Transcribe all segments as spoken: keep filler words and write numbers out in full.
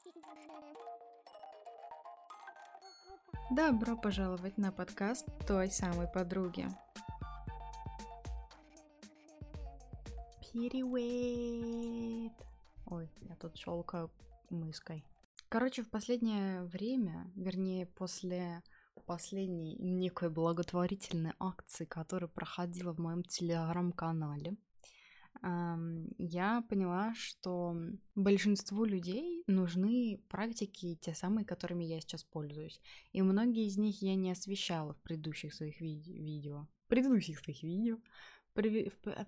Добро пожаловать на подкаст той самой подруги. Привет! Ой, я тут щелкаю мышкой. Короче, в последнее время, вернее, после последней некой благотворительной акции, которая проходила в моем телеграм-канале, я поняла, что большинству людей нужны практики, те самые, которыми я сейчас пользуюсь. И многие из них я не освещала в предыдущих своих ви- видео. В предыдущих своих видео. При-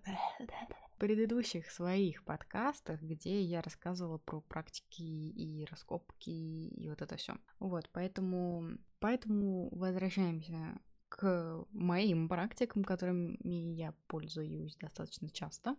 в предыдущих своих подкастах, где я рассказывала про практики и раскопки и вот это все. Вот, поэтому, поэтому возвращаемся к моим практикам, которыми я пользуюсь достаточно часто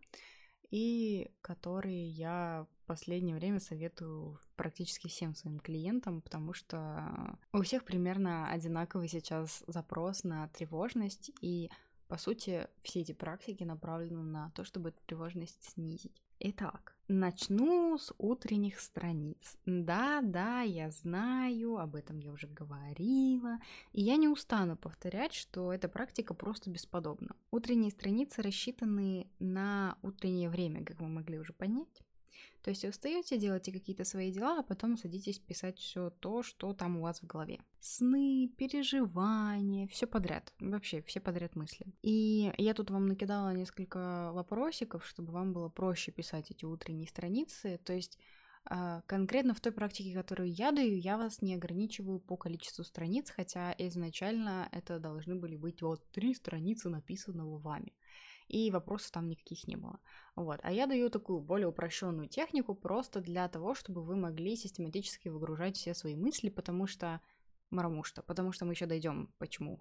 и которые я в последнее время советую практически всем своим клиентам, потому что у всех примерно одинаковый сейчас запрос на тревожность, и по сути все эти практики направлены на то, чтобы эту тревожность снизить. Итак, начну с утренних страниц. Да, да, я знаю, об этом я уже говорила, и я не устану повторять, что эта практика просто бесподобна. Утренние страницы рассчитаны на утреннее время, как вы могли уже понять. То есть вы встаете, делаете какие-то свои дела, а потом садитесь писать все то, что там у вас в голове. Сны, переживания, все подряд. Вообще, все подряд мысли. И я тут вам накидала несколько вопросиков, чтобы вам было проще писать эти утренние страницы. То есть конкретно в той практике, которую я даю, я вас не ограничиваю по количеству страниц, хотя изначально это должны были быть вот три страницы написанного вами. И вопросов там никаких не было. Вот. А я даю такую более упрощенную технику просто для того, чтобы вы могли систематически выгружать все свои мысли, потому что... Потому что, потому что мы еще дойдем, почему.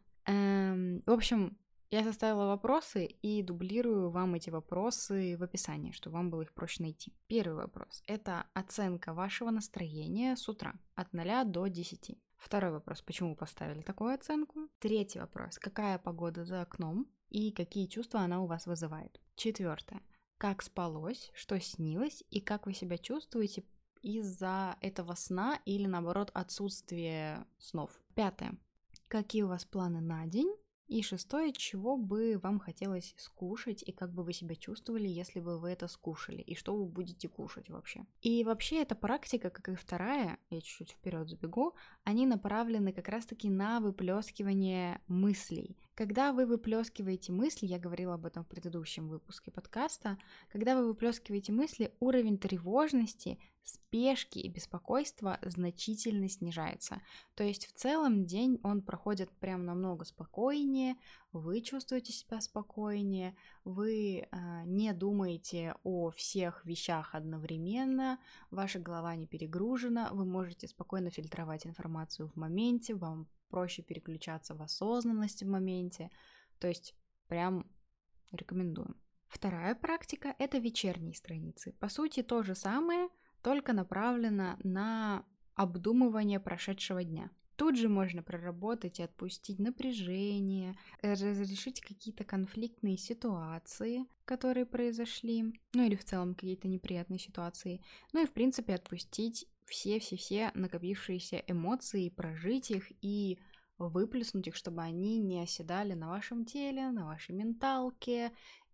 Эм, в общем, я составила вопросы и дублирую вам эти вопросы в описании, чтобы вам было их проще найти. Первый вопрос – это оценка вашего настроения с утра от ноля до десяти. Второй вопрос – почему вы поставили такую оценку? Третий вопрос – какая погода за окном и какие чувства она у вас вызывает? Четвертое – как спалось, что снилось и как вы себя чувствуете из-за этого сна или, наоборот, отсутствия снов? Пятое – какие у вас планы на день? И шестое, чего бы вам хотелось скушать и как бы вы себя чувствовали, если бы вы это скушали, и что вы будете кушать вообще. И вообще эта практика, как и вторая, я чуть-чуть вперед забегу, они направлены как раз-таки на выплескивание мыслей. Когда вы выплескиваете мысли, я говорила об этом в предыдущем выпуске подкаста, когда вы выплескиваете мысли, уровень тревожности, спешки и беспокойства значительно снижается. То есть в целом день он проходит прям намного спокойнее, вы чувствуете себя спокойнее, вы э, не думаете о всех вещах одновременно, ваша голова не перегружена, вы можете спокойно фильтровать информацию в моменте, вам проще переключаться в осознанность в моменте. То есть прям рекомендую. Вторая практика – это вечерние страницы. По сути, то же самое, только направлено на обдумывание прошедшего дня. Тут же можно проработать и отпустить напряжение, разрешить какие-то конфликтные ситуации, которые произошли, ну или в целом какие-то неприятные ситуации, ну и в принципе отпустить все-все-все накопившиеся эмоции, прожить их и выплеснуть их, чтобы они не оседали на вашем теле, на вашей менталке,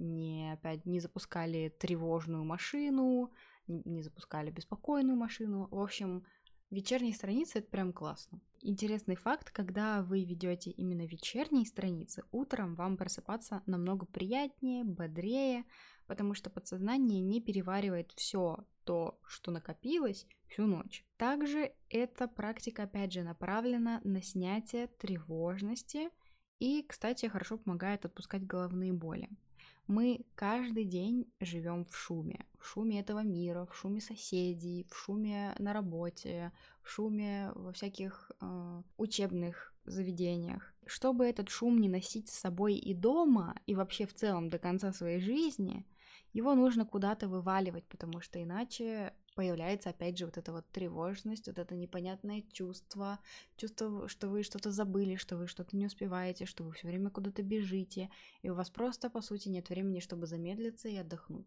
не опять не запускали тревожную машину, не запускали беспокойную машину. В общем, вечерние страницы — это прям классно. Интересный факт, когда вы ведете именно вечерние страницы, утром вам просыпаться намного приятнее, бодрее, потому что подсознание не переваривает все то, что накопилось всю ночь. Также эта практика, опять же, направлена на снятие тревожности и, кстати, хорошо помогает отпускать головные боли. Мы каждый день живем в шуме, в шуме этого мира, в шуме соседей, в шуме на работе, в шуме во всяких э, учебных заведениях. Чтобы этот шум не носить с собой и дома, и вообще в целом до конца своей жизни, его нужно куда-то вываливать, потому что иначе появляется опять же вот эта вот тревожность, вот это непонятное чувство, чувство, что вы что-то забыли, что вы что-то не успеваете, что вы все время куда-то бежите, и у вас просто, по сути, нет времени, чтобы замедлиться и отдохнуть.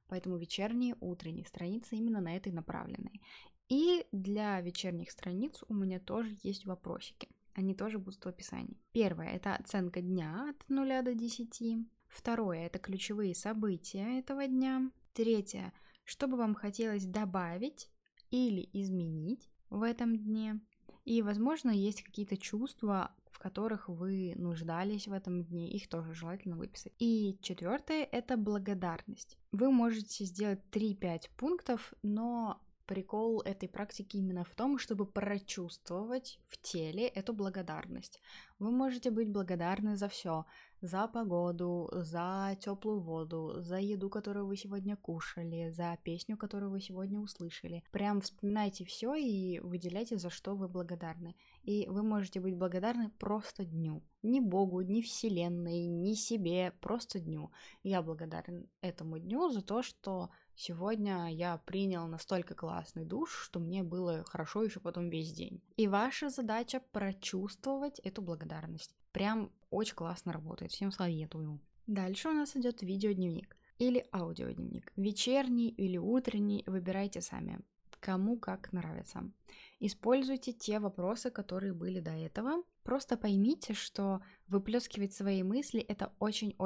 Поэтому вечерние, утренние страницы именно на этой направлены. И для вечерних страниц у меня тоже есть вопросики. Они тоже будут в описании. Первое – это оценка дня от нуля до десяти. Второе – это ключевые события этого дня. Третье – что бы вам хотелось добавить или изменить в этом дне. И, возможно, есть какие-то чувства, в которых вы нуждались в этом дне, их тоже желательно выписать. И четвертое – это благодарность. Вы можете сделать три-пять пунктов, но прикол этой практики именно в том, чтобы прочувствовать в теле эту благодарность. Вы можете быть благодарны за все: за погоду, за теплую воду, за еду, которую вы сегодня кушали, за песню, которую вы сегодня услышали. Прям вспоминайте все и выделяйте, за что вы благодарны. И вы можете быть благодарны просто дню. Ни Богу, ни Вселенной, ни себе, просто дню. Я благодарен этому дню за то, что сегодня я принял настолько классный душ, что мне было хорошо еще потом весь день. И ваша задача прочувствовать эту благодарность. Прям очень классно работает, всем советую. Дальше у нас идет видеодневник или аудиодневник. Вечерний или утренний, выбирайте сами, кому как нравится. Используйте те вопросы, которые были до этого. Просто поймите, что выплескивать свои мысли – это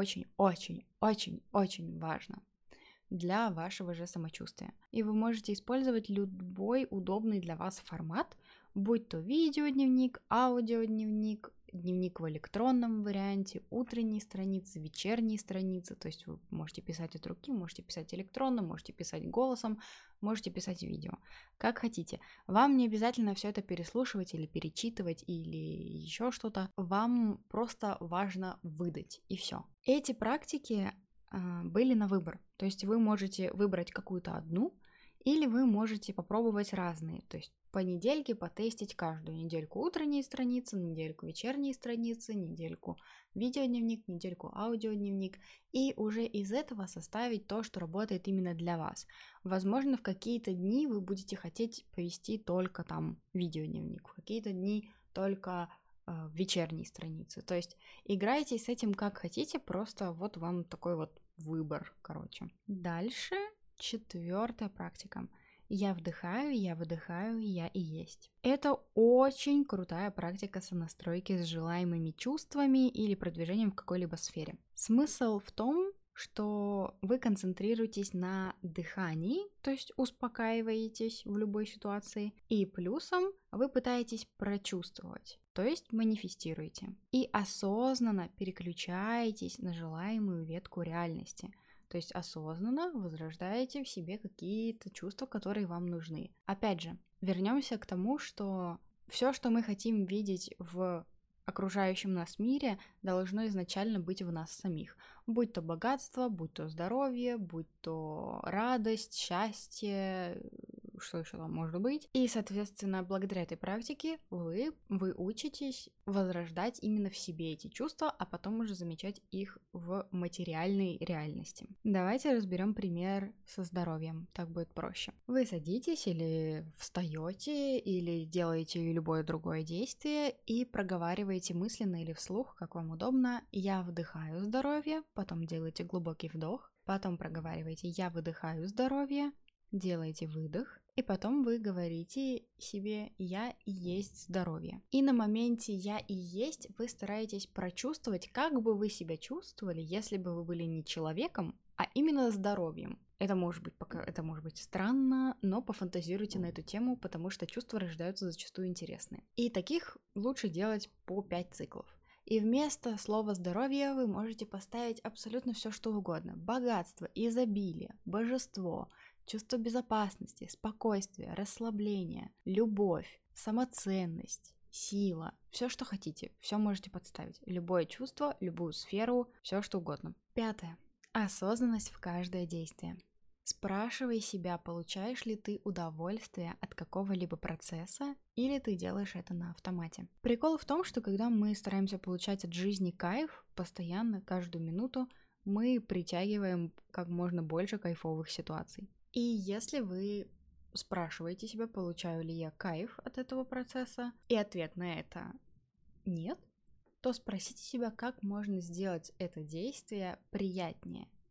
очень-очень-очень-очень-очень важно для вашего же самочувствия. И вы можете использовать любой удобный для вас формат, будь то видеодневник, аудиодневник, дневник в электронном варианте, утренние страницы, вечерние страницы. То есть вы можете писать от руки, можете писать электронно, можете писать голосом, можете писать видео. Как хотите. Вам не обязательно все это переслушивать или перечитывать или еще что-то. Вам просто важно выдать, и все. Эти практики были на выбор. То есть вы можете выбрать какую-то одну, или вы можете попробовать разные. То есть по недельке потестить каждую. Недельку утренние страницы, недельку вечерние страницы, недельку видеодневник, недельку аудиодневник. И уже из этого составить то, что работает именно для вас. Возможно, в какие-то дни вы будете хотеть повести только там видеодневник, в какие-то дни только вечерние страницы. То есть играйте с этим как хотите, просто вот вам такой вот выбор, короче. Дальше четвертая практика. Я вдыхаю, я выдыхаю, я и есть. Это очень крутая практика сонастройки с желаемыми чувствами или продвижением в какой-либо сфере. Смысл в том, что вы концентрируетесь на дыхании, то есть успокаиваетесь в любой ситуации, и плюсом вы пытаетесь прочувствовать, то есть манифестируете, и осознанно переключаетесь на желаемую ветку реальности, то есть осознанно возрождаете в себе какие-то чувства, которые вам нужны. Опять же, вернемся к тому, что все, что мы хотим видеть в окружающем нас мире, должно изначально быть в нас самих. Будь то богатство, будь то здоровье, будь то радость, счастье, что еще там может быть. И, соответственно, благодаря этой практике вы, вы учитесь возрождать именно в себе эти чувства, а потом уже замечать их в материальной реальности. Давайте разберем пример со здоровьем, так будет проще. Вы садитесь или встаете, или делаете любое другое действие и проговариваете мысленно или вслух, как вам удобно: «Я вдыхаю здоровье», потом делаете глубокий вдох, потом проговариваете «Я выдыхаю здоровье», делаете выдох, и потом вы говорите себе «Я и есть здоровье». И на моменте «Я и есть» вы стараетесь прочувствовать, как бы вы себя чувствовали, если бы вы были не человеком, а именно здоровьем. Это может быть пока, это может быть странно, но пофантазируйте на эту тему, потому что чувства рождаются зачастую интересные. И таких лучше делать по пять циклов. И вместо слова «здоровье» вы можете поставить абсолютно все, что угодно. Богатство, изобилие, божество, чувство безопасности, спокойствия, расслабления, любовь, самоценность, сила. Все, что хотите, все можете подставить. Любое чувство, любую сферу, все, что угодно. Пятое. Осознанность в каждое действие. Спрашивай себя, получаешь ли ты удовольствие от какого-либо процесса, или ты делаешь это на автомате. Прикол в том, что когда мы стараемся получать от жизни кайф, постоянно, каждую минуту, мы притягиваем как можно больше кайфовых ситуаций. И если вы спрашиваете себя, получаю ли я кайф от этого процесса, и ответ на это нет, то спросите себя, как можно сделать это действие приятнее.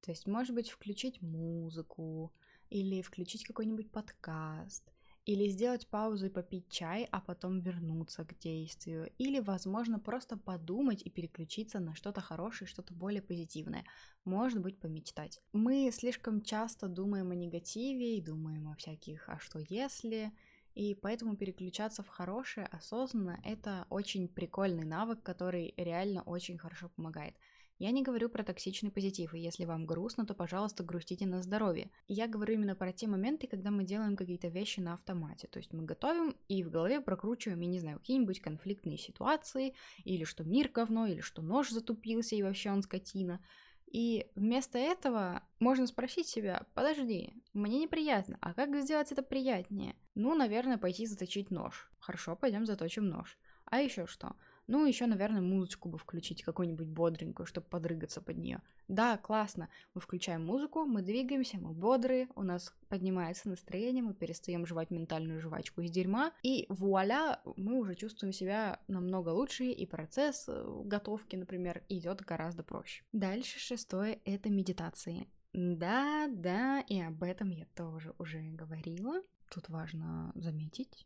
То есть, может быть, включить музыку, или включить какой-нибудь подкаст, или сделать паузу и попить чай, а потом вернуться к действию, или, возможно, просто подумать и переключиться на что-то хорошее, что-то более позитивное, может быть, помечтать. Мы слишком часто думаем о негативе и думаем о всяких «а что если?», и поэтому переключаться в хорошее осознанно — это очень прикольный навык, который реально очень хорошо помогает. Я не говорю про токсичный позитив, и если вам грустно, то, пожалуйста, грустите на здоровье. Я говорю именно про те моменты, когда мы делаем какие-то вещи на автомате. То есть мы готовим и в голове прокручиваем, я не знаю, какие-нибудь конфликтные ситуации, или что мир говно, или что нож затупился и вообще он скотина. И вместо этого можно спросить себя: подожди, мне неприятно, а как сделать это приятнее? Ну, наверное, пойти заточить нож. Хорошо, пойдем заточим нож. А еще что? Ну, еще, наверное, музычку бы включить, какую-нибудь бодренькую, чтобы подрыгаться под нее. Да, классно. Мы включаем музыку, мы двигаемся, мы бодрые, у нас поднимается настроение, мы перестаем жевать ментальную жвачку из дерьма, и вуаля, мы уже чувствуем себя намного лучше, и процесс готовки, например, идет гораздо проще. Дальше шестое — это медитации. Да, да, и об этом я тоже уже говорила. Тут важно заметить,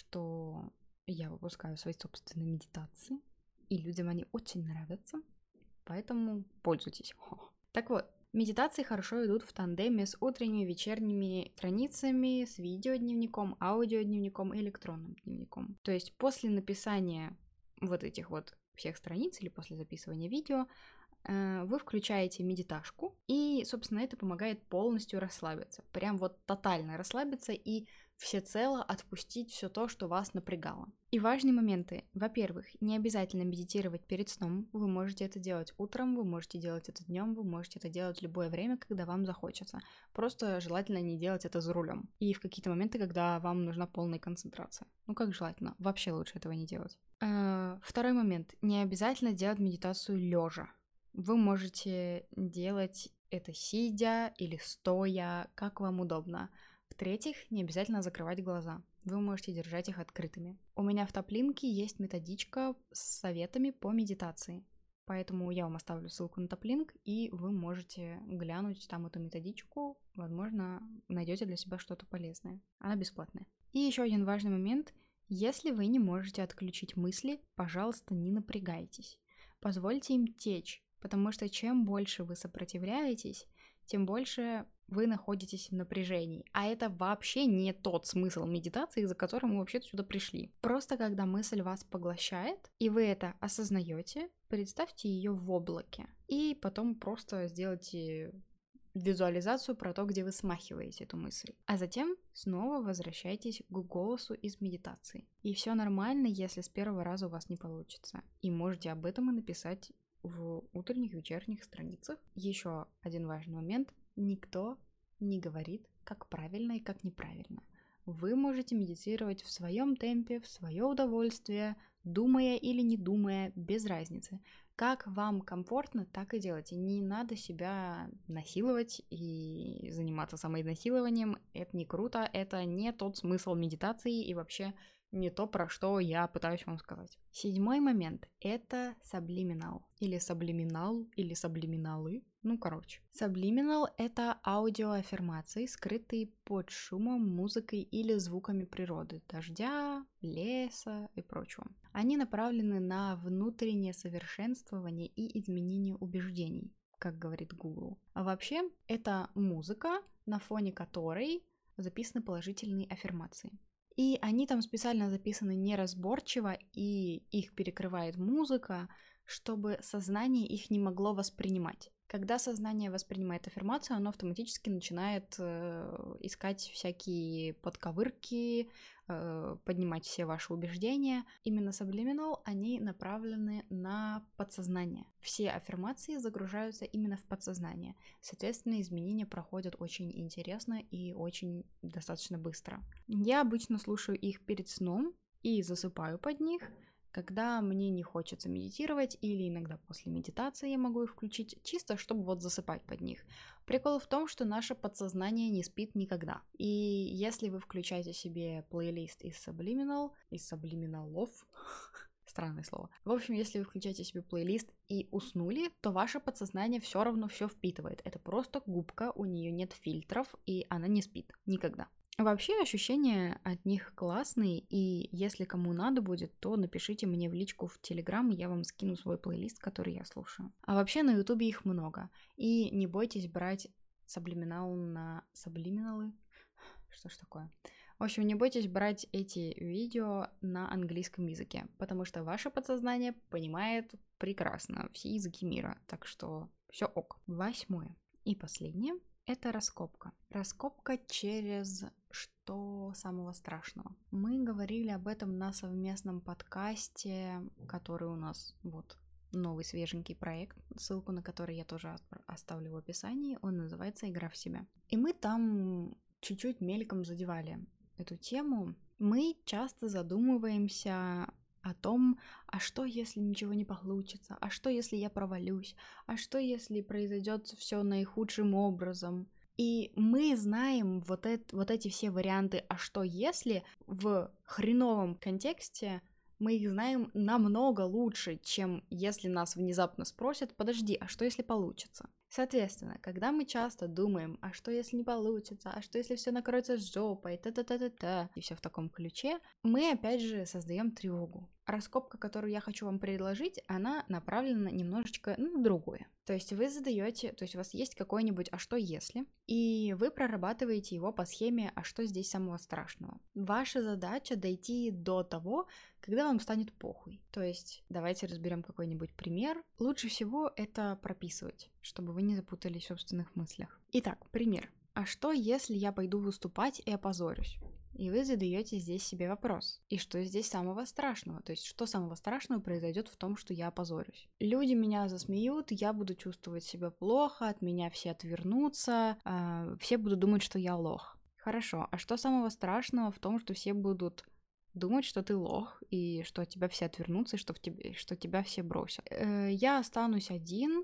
что я выпускаю свои собственные медитации, и людям они очень нравятся, поэтому пользуйтесь. Так вот, медитации хорошо идут в тандеме с утренними, вечерними страницами, с видеодневником, аудиодневником и электронным дневником. То есть после написания вот этих вот всех страниц или после записывания видео вы включаете медиташку, и, собственно, это помогает полностью расслабиться. Прям вот тотально расслабиться и всецело отпустить все то, что вас напрягало. И важные моменты. Во-первых, не обязательно медитировать перед сном. Вы можете это делать утром, вы можете делать это днем, вы можете это делать в любое время, когда вам захочется. Просто желательно не делать это за рулем. И в какие-то моменты, когда вам нужна полная концентрация. Ну как желательно? Вообще лучше этого не делать. Второй момент. Не обязательно делать медитацию лежа. Вы можете делать это сидя или стоя, как вам удобно. В-третьих, не обязательно закрывать глаза. Вы можете держать их открытыми. У меня в топлинке есть методичка с советами по медитации. Поэтому я вам оставлю ссылку на топлинк, и вы можете глянуть там эту методичку. Возможно, найдете для себя что-то полезное. Она бесплатная. И еще один важный момент. Если вы не можете отключить мысли, пожалуйста, не напрягайтесь. Позвольте им течь. Потому что чем больше вы сопротивляетесь, тем больше вы находитесь в напряжении. А это вообще не тот смысл медитации, за которым мы вообще сюда пришли. Просто когда мысль вас поглощает, и вы это осознаете, представьте ее в облаке. И потом просто сделайте визуализацию про то, где вы смахиваете эту мысль. А затем снова возвращайтесь к голосу из медитации. И все нормально, если с первого раза у вас не получится. И можете об этом и написать в утренних, вечерних страницах. Еще один важный момент. Никто не говорит, как правильно и как неправильно. Вы можете медитировать в своем темпе, в свое удовольствие, думая или не думая, без разницы. Как вам комфортно, так и делайте. Не надо себя насиловать и заниматься самоизнасилованием. Это не круто, это не тот смысл медитации и вообще не то, про что я пытаюсь вам сказать. Седьмой момент — это саблиминал. Или саблиминал, или саблиминалы. Ну, короче. Саблиминал — это аудиоаффирмации, скрытые под шумом, музыкой или звуками природы, дождя, леса и прочего. Они направлены на внутреннее совершенствование и изменение убеждений, как говорит Google. А вообще, это музыка, на фоне которой записаны положительные аффирмации. И они там специально записаны неразборчиво, и их перекрывает музыка, чтобы сознание их не могло воспринимать. Когда сознание воспринимает аффирмацию, оно автоматически начинает э, искать всякие подковырки, э, поднимать все ваши убеждения. Именно саблиминал, они направлены на подсознание. Все аффирмации загружаются именно в подсознание. Соответственно, изменения проходят очень интересно и очень достаточно быстро. Я обычно слушаю их перед сном и засыпаю под них. Когда мне не хочется медитировать, или иногда после медитации я могу их включить, чисто чтобы вот засыпать под них. Прикол в том, что наше подсознание не спит никогда. И если вы включаете себе плейлист из саблиминал, из саблиминалов, Странное слово. В общем, если вы включаете себе плейлист и уснули, то ваше подсознание все равно все впитывает. Это просто губка, у нее нет фильтров, и она не спит никогда. Вообще ощущения от них классные, и если кому надо будет, то напишите мне в личку в Телеграм, и я вам скину свой плейлист, который я слушаю. А вообще на Ютубе их много, и не бойтесь брать саблиминал на... Саблиминалы? Что ж такое? В общем, не бойтесь брать эти видео на английском языке, потому что ваше подсознание понимает прекрасно все языки мира, так что все ок. Восьмое и последнее — это раскопка. Раскопка через что самого страшного. Мы говорили об этом на совместном подкасте, который у нас вот новый свеженький проект, ссылку на который я тоже оставлю в описании. Он называется «Игра в себя». И мы там чуть-чуть мельком задевали эту тему. Мы часто задумываемся о том, а что, если ничего не получится, а что, если я провалюсь, а что, если произойдет все наихудшим образом. И мы знаем вот, это, вот эти все варианты, а что, если в хреновом контексте мы их знаем намного лучше, чем если нас внезапно спросят, подожди, а что, если получится? Соответственно, когда мы часто думаем, а что если не получится, а что если все накроется жопой, та-та-та-та-та, и все в таком ключе, мы опять же создаем тревогу. Раскопка, которую я хочу вам предложить, она направлена немножечко на другое. То есть вы задаете, то есть у вас есть какой-нибудь «а что если?», и вы прорабатываете его по схеме «а что здесь самого страшного?». Ваша задача дойти до того, когда вам станет похуй. То есть давайте разберем какой-нибудь пример. Лучше всего это прописывать, чтобы вы не запутались в собственных мыслях. Итак, пример. А что, если я пойду выступать и опозорюсь? И вы задаете здесь себе вопрос. И что здесь самого страшного? То есть, что самого страшного произойдет в том, что я опозорюсь? Люди меня засмеют, я буду чувствовать себя плохо, от меня все отвернутся, э, все будут думать, что я лох. Хорошо, а что самого страшного в том, что все будут думать, что ты лох, и что от тебя все отвернутся, и что, в тебе, что тебя все бросят? Э, я останусь один,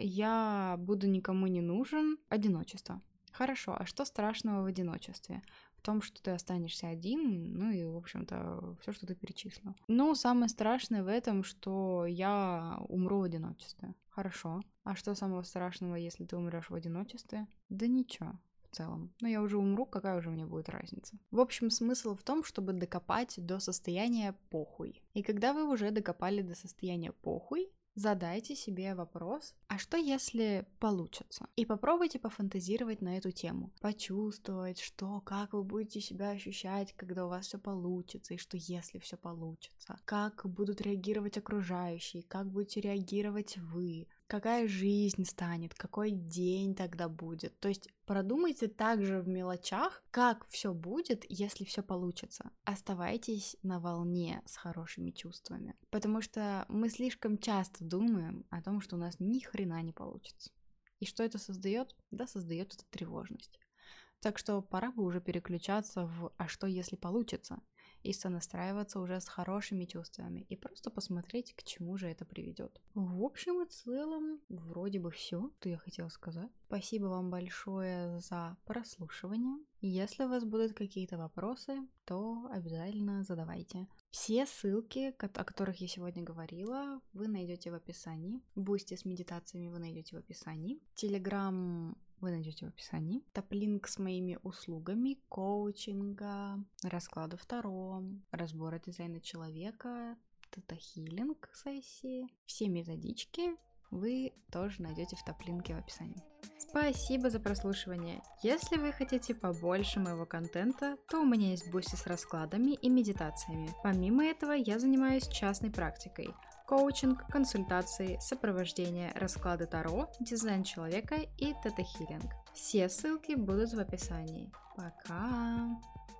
я буду никому не нужен. Одиночество. Хорошо, а что страшного в одиночестве? В том, что ты останешься один, ну и, в общем-то, все, что ты перечислил. Ну, самое страшное в этом, что я умру в одиночестве. Хорошо. А что самого страшного, если ты умрешь в одиночестве? Да ничего. В целом. Но я уже умру, какая уже мне будет разница? В общем, смысл в том, чтобы докопать до состояния похуй. И когда вы уже докопали до состояния похуй, задайте себе вопрос, а что если получится? И попробуйте пофантазировать на эту тему. Почувствовать, что, как вы будете себя ощущать, когда у вас все получится, и что если все получится. Как будут реагировать окружающие, как будете реагировать вы. Какая жизнь станет, какой день тогда будет. То есть продумайте также в мелочах, как все будет, если все получится. Оставайтесь на волне с хорошими чувствами, потому что мы слишком часто думаем о том, что у нас ни хрена не получится. И что это создает? Да, создает это тревожность. Так что пора бы уже переключаться в «а что если получится?» и сонастраиваться уже с хорошими чувствами и просто посмотреть, к чему же это приведет. В общем и целом, вроде бы все, что я хотела сказать. Спасибо вам большое за прослушивание. Если у вас будут какие-то вопросы, то обязательно задавайте. Все ссылки, о которых я сегодня говорила, вы найдете в описании. Бусти с медитациями вы найдете в описании. Телеграм вы найдете в описании. Топ-линк с моими услугами, коучинга, раскладов Таро, разбора дизайна человека, тета-хилинг сессии. Все методички вы тоже найдете в топ-линке в описании. Спасибо за прослушивание. Если вы хотите побольше моего контента, то у меня есть бусти с раскладами и медитациями. Помимо этого, я занимаюсь частной практикой. Коучинг, консультации, сопровождение, расклады Таро, дизайн человека и тета-хилинг. Все ссылки будут в описании. Пока!